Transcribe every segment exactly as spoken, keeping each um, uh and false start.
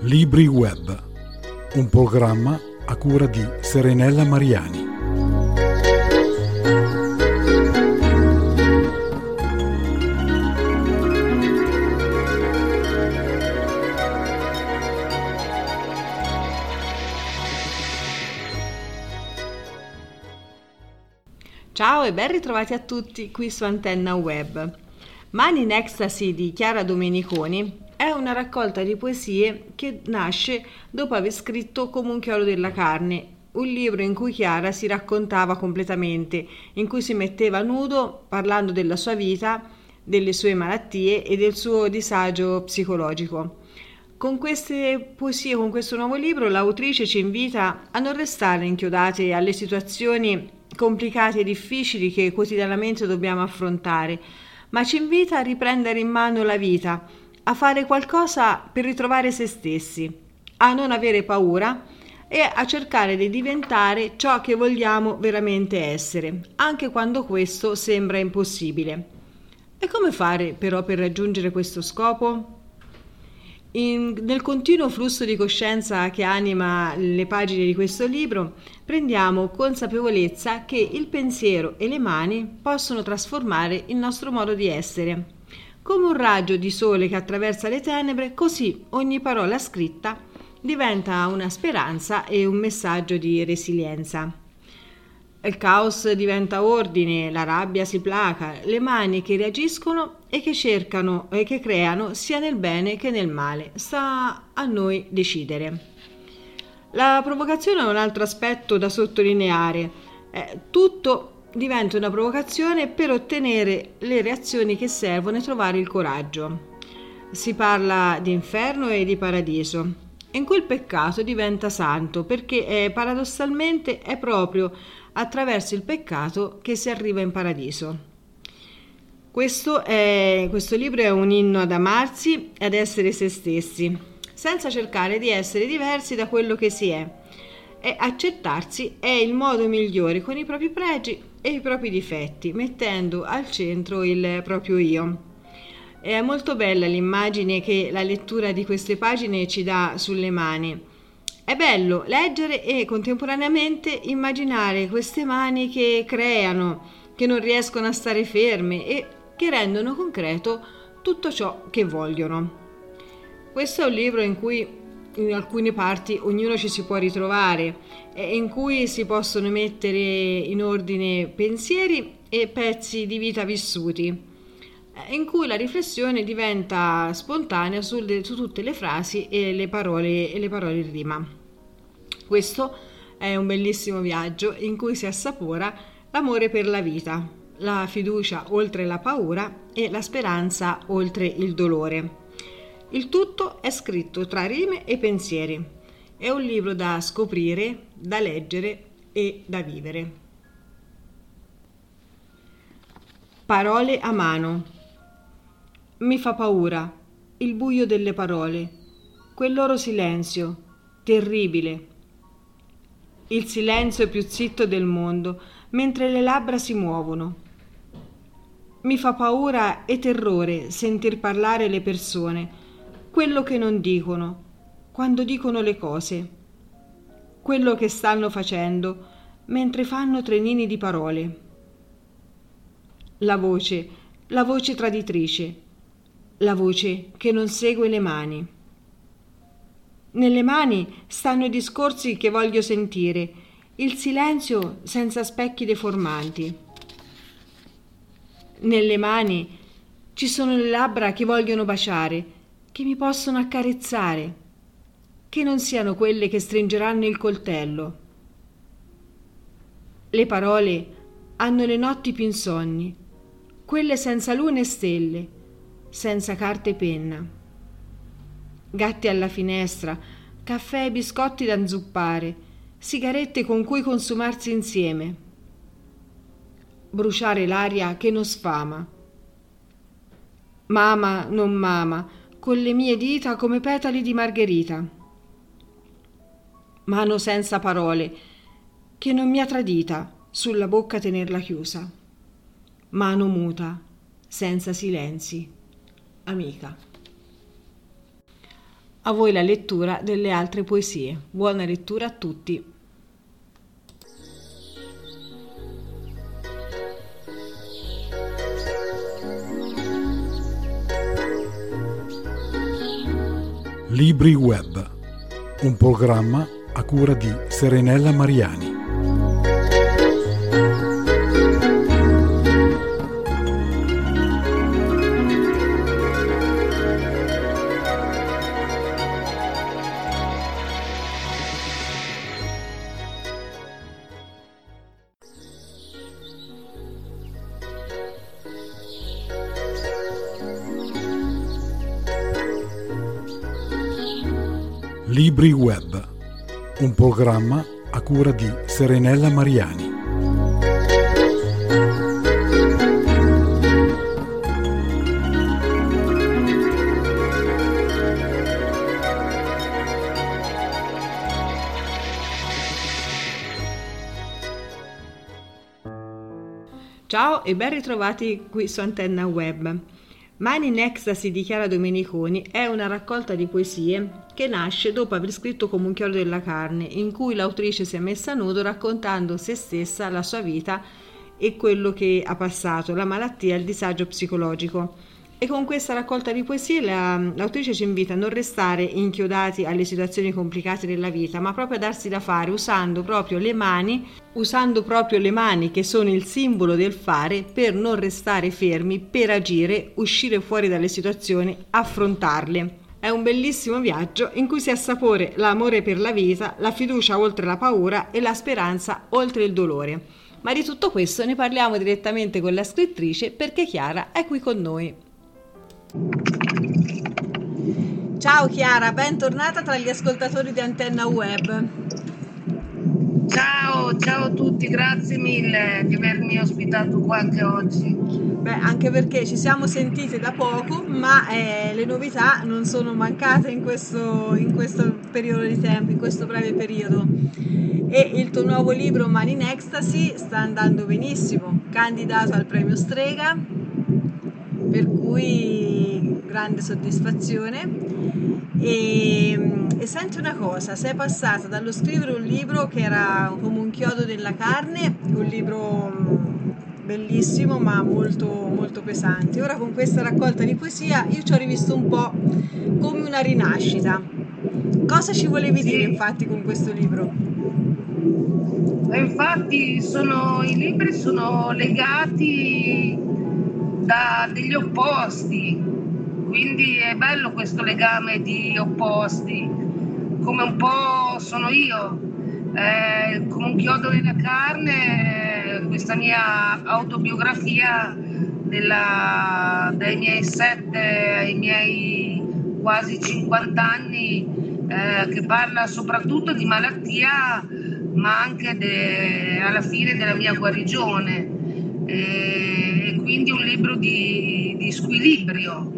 Libri Web, un programma a cura di Serenella Mariani. Ciao e ben ritrovati a tutti qui su Antenna Web. Mani in Ecstasy di Chiara Domeniconi è una raccolta di poesie che nasce dopo aver scritto Come un chiodo della carne, un libro in cui Chiara si raccontava completamente, in cui si metteva nudo parlando della sua vita, delle sue malattie e del suo disagio psicologico. Con queste poesie, con questo nuovo libro, l'autrice ci invita a non restare inchiodate alle situazioni complicate e difficili che quotidianamente dobbiamo affrontare, ma ci invita a riprendere in mano la vita, a fare qualcosa per ritrovare se stessi, a non avere paura e a cercare di diventare ciò che vogliamo veramente essere, anche quando questo sembra impossibile. E come fare però per raggiungere questo scopo? In, nel continuo flusso di coscienza che anima le pagine di questo libro, prendiamo consapevolezza che il pensiero e le mani possono trasformare il nostro modo di essere. Come un raggio di sole che attraversa le tenebre, così ogni parola scritta diventa una speranza e un messaggio di resilienza. Il caos diventa ordine, la rabbia si placa, le mani che reagiscono e che cercano e che creano sia nel bene che nel male. Sta a noi decidere. La provocazione è un altro aspetto da sottolineare. Eh, tutto diventa una provocazione per ottenere le reazioni che servono e trovare il coraggio. Si parla di inferno e di paradiso. In cui il peccato diventa santo perché eh, paradossalmente è proprio attraverso il peccato che si arriva in paradiso. Questo, è, questo libro è un inno ad amarsi e ad essere se stessi, senza cercare di essere diversi da quello che si è. E accettarsi è il modo migliore con i propri pregi e i propri difetti, mettendo al centro il proprio io. È molto bella l'immagine che la lettura di queste pagine ci dà sulle mani. È bello leggere e contemporaneamente immaginare queste mani che creano, che non riescono a stare ferme e che rendono concreto tutto ciò che vogliono. Questo è un libro in cui in alcune parti ognuno ci si può ritrovare e in cui si possono mettere in ordine pensieri e pezzi di vita vissuti, in cui la riflessione diventa spontanea su, le, su tutte le frasi e le parole e le parole in rima. Questo è un bellissimo viaggio in cui si assapora l'amore per la vita, la fiducia oltre la paura e la speranza oltre il dolore. Il tutto è scritto tra rime e pensieri. È un libro da scoprire, da leggere e da vivere. Parole a mano. Mi fa paura il buio delle parole, quel loro silenzio, terribile. Il silenzio più zitto del mondo, mentre le labbra si muovono. Mi fa paura e terrore sentir parlare le persone, quello che non dicono, quando dicono le cose, quello che stanno facendo, mentre fanno trenini di parole. La voce, la voce traditrice, la voce che non segue le mani. Nelle mani stanno i discorsi che voglio sentire, il silenzio senza specchi deformanti. Nelle mani ci sono le labbra che vogliono baciare, che mi possono accarezzare, che non siano quelle che stringeranno il coltello. Le parole hanno le notti più insonni, quelle senza luna e stelle, senza carta e penna. Gatti alla finestra, caffè e biscotti da inzuppare, sigarette con cui consumarsi insieme. Bruciare l'aria che non sfama. Mama non mama, con le mie dita come petali di margherita. Mano senza parole, che non mi ha tradita, sulla bocca tenerla chiusa. Mano muta, senza silenzi, amica. A voi la lettura delle altre poesie. Buona lettura a tutti. Libri Web, un programma a cura di Serenella Mariani. Libri Web, un programma a cura di Serenella Mariani. Ciao e ben ritrovati qui su Antenna Web. Mani in Ecstasy di Chiara Domeniconi è una raccolta di poesie che nasce dopo aver scritto Come un chiodo della carne, in cui l'autrice si è messa a nudo raccontando se stessa, la sua vita e quello che ha passato, la malattia e il disagio psicologico. E con questa raccolta di poesie la, l'autrice ci invita a non restare inchiodati alle situazioni complicate della vita, ma proprio a darsi da fare usando proprio le mani, usando proprio le mani che sono il simbolo del fare, per non restare fermi, per agire, uscire fuori dalle situazioni, affrontarle. È un bellissimo viaggio in cui si assapora l'amore per la vita, la fiducia oltre la paura e la speranza oltre il dolore. Ma di tutto questo ne parliamo direttamente con la scrittrice, perché Chiara è qui con noi. Ciao Chiara, bentornata tra gli ascoltatori di Antenna Web. Ciao, ciao a tutti, grazie mille di avermi ospitato qua anche oggi. Beh, anche perché ci siamo sentite da poco, ma eh, le novità non sono mancate in questo, in questo periodo di tempo, in questo breve periodo. E il tuo nuovo libro Mani in Ecstasy sta andando benissimo, candidato al premio Strega, per cui grande soddisfazione. E, e senti una cosa, sei passata dallo scrivere un libro che era come un chiodo della carne, un libro bellissimo ma molto, molto pesante. Ora con questa raccolta di poesia io ci ho rivisto un po' come una rinascita. Cosa ci volevi dire infatti con questo libro? Infatti sono, i libri sono legati da degli opposti, quindi è bello questo legame di opposti, come un po' sono io, eh, come un chiodo nella carne, questa mia autobiografia della, dai miei sette ai miei quasi cinquanta anni, eh, che parla soprattutto di malattia, ma anche de, alla fine della mia guarigione. E quindi un libro di, di squilibrio.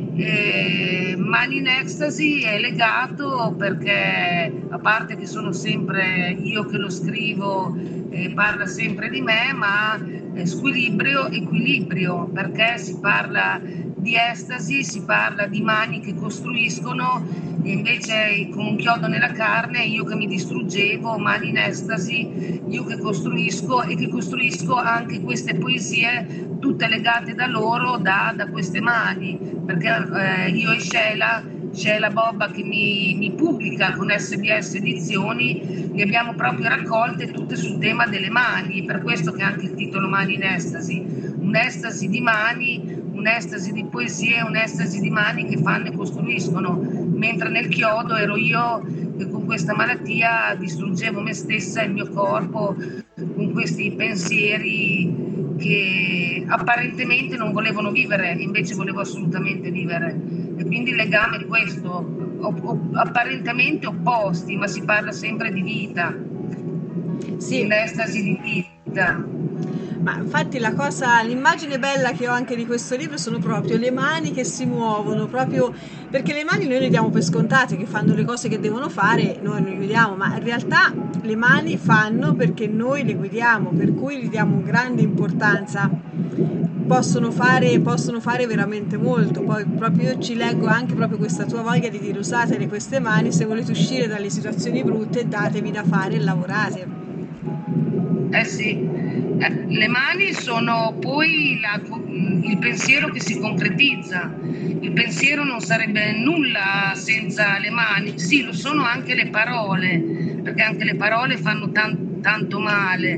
E Mani in Ecstasy è legato perché, a parte che sono sempre io che lo scrivo e parla sempre di me, ma è squilibrio, equilibrio, perché si parla di estasi, si parla di mani che costruiscono, e invece con un chiodo nella carne io che mi distruggevo, mani in estasi, io che costruisco e che costruisco anche queste poesie tutte legate da loro, da, da queste mani, perché eh, io e Sheila, Sheila Bobba che mi, mi pubblica con S B S Edizioni, le abbiamo proprio raccolte tutte sul tema delle mani, per questo che anche il titolo Mani in Estasi, un'estasi di mani, un'estasi di poesie, un'estasi di mani che fanno e costruiscono, mentre nel chiodo ero io che con questa malattia distruggevo me stessa e il mio corpo con questi pensieri che apparentemente non volevano vivere, invece volevo assolutamente vivere. E quindi il legame è questo, op- op- apparentemente opposti, ma si parla sempre di vita, sì, un'estasi di vita. Ma infatti la cosa, l'immagine bella che ho anche di questo libro sono proprio le mani che si muovono, proprio perché le mani noi le diamo per scontate, che fanno le cose che devono fare, noi non le guidiamo, ma in realtà le mani fanno perché noi le guidiamo, per cui gli diamo grande importanza. possono fare, possono fare veramente molto. Poi proprio io ci leggo anche proprio questa tua voglia di dire usatele queste mani, se volete uscire dalle situazioni brutte datevi da fare e lavorate. Eh sì, eh, le mani sono poi la, il pensiero che si concretizza. Il pensiero non sarebbe nulla senza le mani. Sì, lo sono anche le parole, perché anche le parole fanno tan, tanto male,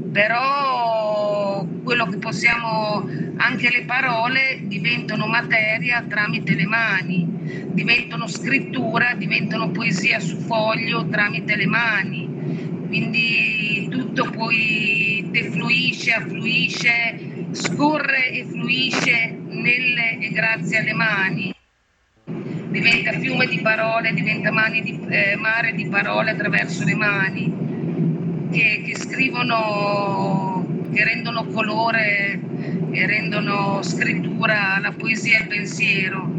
però quello che possiamo, anche le parole diventano materia tramite le mani, diventano scrittura, diventano poesia su foglio tramite le mani. Quindi tutto poi defluisce, affluisce, scorre e fluisce nelle e grazie alle mani. Diventa fiume di parole, diventa mani di, eh, mare di parole attraverso le mani, che, che scrivono, che rendono colore e rendono scrittura alla poesia e al pensiero.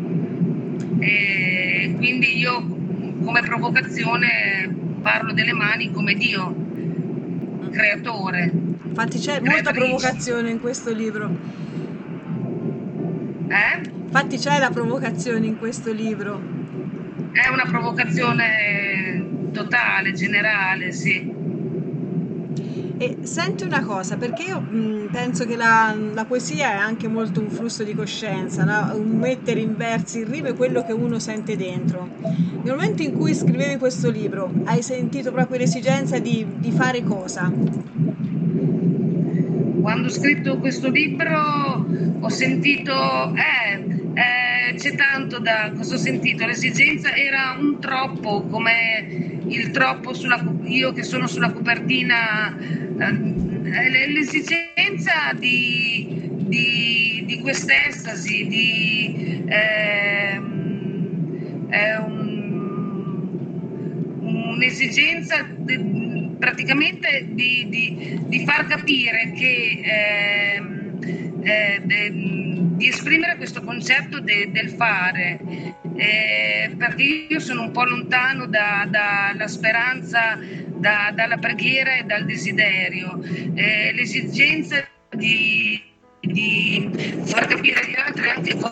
E quindi io come provocazione parlo delle mani come Dio, creatore. Infatti c'è molta provocazione in questo libro. Eh? Infatti c'è la provocazione in questo libro. È una provocazione totale, generale, sì. E senti una cosa, perché io mh, penso che la, la poesia è anche molto un flusso di coscienza, no? Un mettere in versi, in rime quello che uno sente dentro. Nel momento in cui scrivevi questo libro, hai sentito proprio l'esigenza di, di fare cosa? Quando ho scritto questo libro ho sentito, eh, eh, c'è tanto da, cosa ho sentito? L'esigenza era un troppo, come il troppo sulla, io che sono sulla copertina, eh, l'esigenza di, di, di quest'estasi, di, eh, è un, un'esigenza di, praticamente di, di, di far capire che eh, eh, de, di esprimere questo concetto de, del fare, eh, perché io sono un po' lontano da, dalla speranza, da, dalla preghiera e dal desiderio, eh, l'esigenza di, di far capire agli altri anche come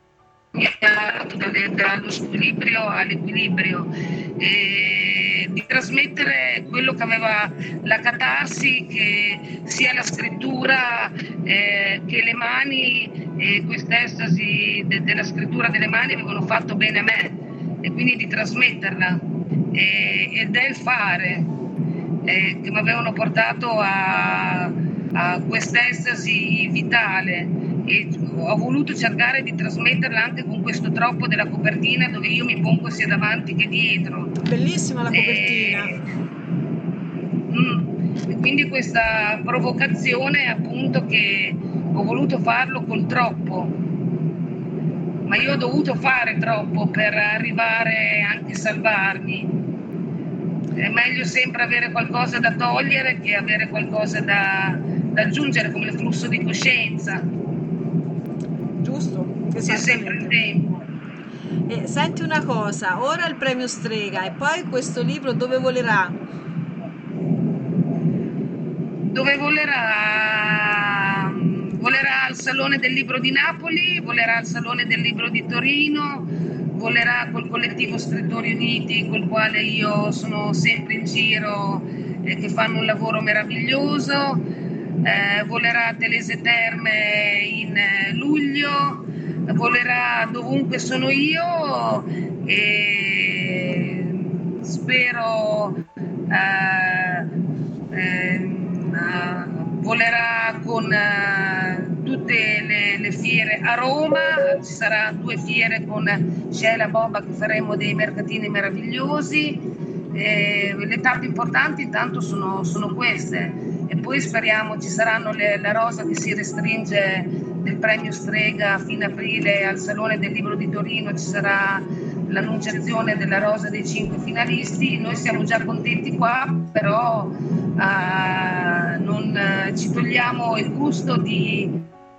dallo squilibrio all'equilibrio, e di trasmettere quello che aveva la catarsi, che sia la scrittura eh, che le mani, e quest'estasi de- della scrittura delle mani avevano fatto bene a me, e quindi di trasmetterla, e, ed è il fare eh, che mi avevano portato a, a quest'estasi vitale. E ho voluto cercare di trasmetterla anche con questo troppo della copertina, dove io mi pongo sia davanti che dietro. Bellissima la copertina. E, mm, e quindi questa provocazione, appunto, che ho voluto farlo col troppo, ma io ho dovuto fare troppo per arrivare anche a salvarmi. È meglio sempre avere qualcosa da togliere che avere qualcosa da, da aggiungere, come il flusso di coscienza. Giusto? C'è sempre il tempo. E senti una cosa, ora il premio Strega e poi questo libro dove volerà? Dove volerà? Volerà al Salone del Libro di Napoli, volerà al Salone del Libro di Torino, volerà col collettivo Scrittori Uniti, col quale io sono sempre in giro e che fanno un lavoro meraviglioso. Eh, volerà a Telese Terme in eh, luglio, volerà dovunque sono io, e spero eh, eh, volerà con eh, tutte le, le fiere a Roma. Ci saranno due fiere con Sheila Boba che faremo dei mercatini meravigliosi. Eh, le tappe importanti intanto sono, sono queste. E poi speriamo ci saranno le, la rosa che si restringe del premio Strega a fine aprile al Salone del Libro di Torino, ci sarà l'annunciazione della rosa dei cinque finalisti. Noi siamo già contenti qua, però uh, non uh, ci togliamo il gusto di,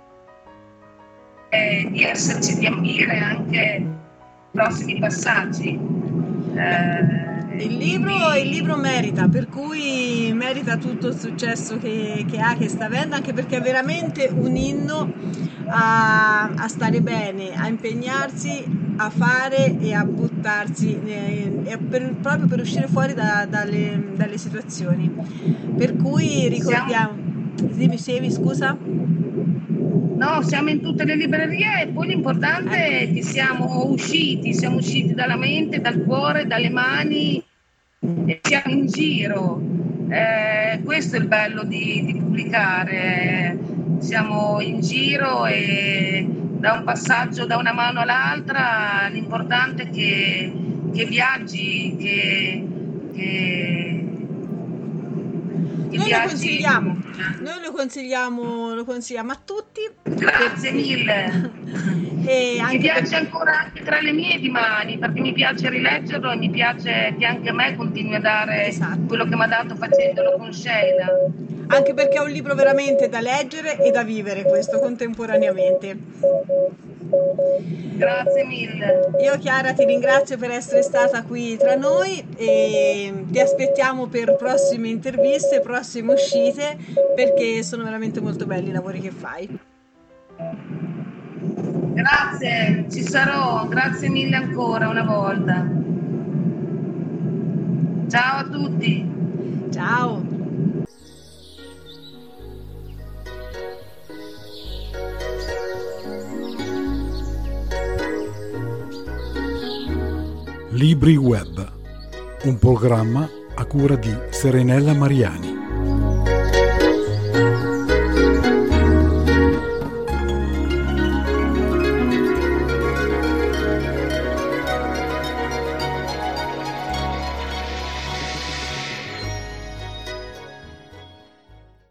eh, di esserci, di ambire anche i prossimi passaggi. Uh, Il libro, il libro merita, per cui merita tutto il successo che, che ha, che sta avendo, anche perché è veramente un inno a, a stare bene, a impegnarsi, a fare e a buttarsi eh, e per, proprio per uscire fuori da, dalle, dalle situazioni. Per cui ricordiamo. Sì, mi dicevi, scusa? No, siamo in tutte le librerie e poi l'importante è che siamo usciti, siamo usciti dalla mente, dal cuore, dalle mani e siamo in giro. Eh, questo è il bello di, di pubblicare. Siamo in giro e da un passaggio da una mano all'altra l'importante è che, che viaggi, che, che Noi lo consigliamo, noi lo consigliamo, lo consigliamo a tutti. Grazie mille. E anche mi piace per... ancora anche tra le mie di mani, perché mi piace rileggerlo e mi piace che anche a me continui a dare esatto. quello che mi ha dato facendolo con Sheila. Anche perché è un libro veramente da leggere e da vivere, questo contemporaneamente. Grazie mille. Io Chiara ti ringrazio per essere stata qui tra noi e ti aspettiamo per prossime interviste, prossime uscite, perché sono veramente molto belli i lavori che fai. Grazie, ci sarò, grazie mille ancora una volta. Ciao a tutti. Ciao. Libri Web, un programma a cura di Serenella Mariani.